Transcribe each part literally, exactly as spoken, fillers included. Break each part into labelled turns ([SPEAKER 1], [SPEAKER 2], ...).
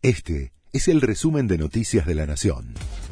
[SPEAKER 1] Este es el resumen de Noticias de la Nación.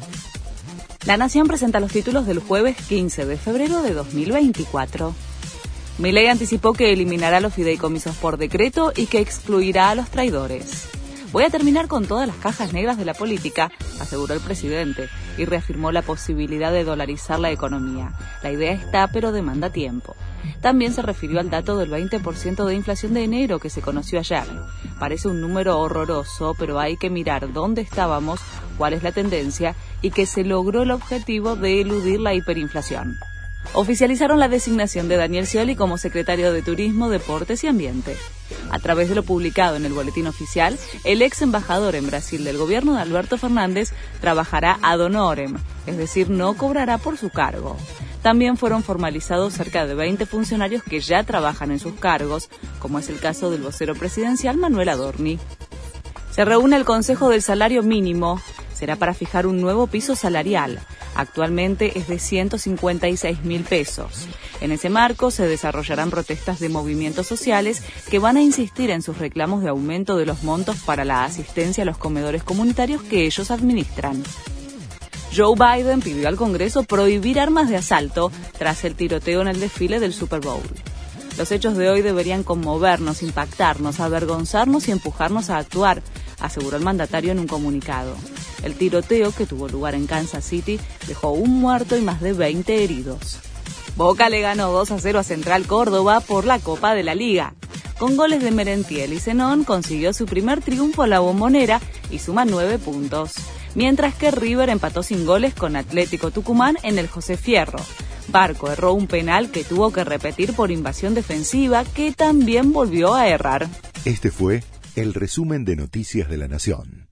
[SPEAKER 2] La Nación presenta los títulos del jueves quince de febrero de dos mil veinticuatro. Milei anticipó que eliminará los fideicomisos por decreto y que excluirá a los traidores. Voy a terminar con todas las cajas negras de la política, aseguró el presidente, y reafirmó la posibilidad de dolarizar la economía. La idea está, pero demanda tiempo. También se refirió al dato del veinte por ciento de inflación de enero que se conoció ayer. Parece un número horroroso, pero hay que mirar dónde estábamos, cuál es la tendencia y que se logró el objetivo de eludir la hiperinflación. Oficializaron la designación de Daniel Scioli como secretario de Turismo, Deportes y Ambiente. A través de lo publicado en el boletín oficial, el ex embajador en Brasil del gobierno de Alberto Fernández trabajará ad honorem, es decir, no cobrará por su cargo. También fueron formalizados cerca de veinte funcionarios que ya trabajan en sus cargos, como es el caso del vocero presidencial Manuel Adorni. Se reúne el Consejo del Salario Mínimo. Será para fijar un nuevo piso salarial. Actualmente es de ciento cincuenta y seis mil pesos. En ese marco se desarrollarán protestas de movimientos sociales que van a insistir en sus reclamos de aumento de los montos para la asistencia a los comedores comunitarios que ellos administran. Joe Biden pidió al Congreso prohibir armas de asalto tras el tiroteo en el desfile del Super Bowl. Los hechos de hoy deberían conmovernos, impactarnos, avergonzarnos y empujarnos a actuar, aseguró el mandatario en un comunicado. El tiroteo, que tuvo lugar en Kansas City, dejó un muerto y más de veinte heridos. Boca le ganó dos a cero a Central Córdoba por la Copa de la Liga. Con goles de Merentiel y Zenón consiguió su primer triunfo a la Bombonera y suma nueve puntos. Mientras que River empató sin goles con Atlético Tucumán en el José Fierro. Barco erró un penal que tuvo que repetir por invasión defensiva, que también volvió a errar.
[SPEAKER 1] Este fue el resumen de Noticias de la Nación.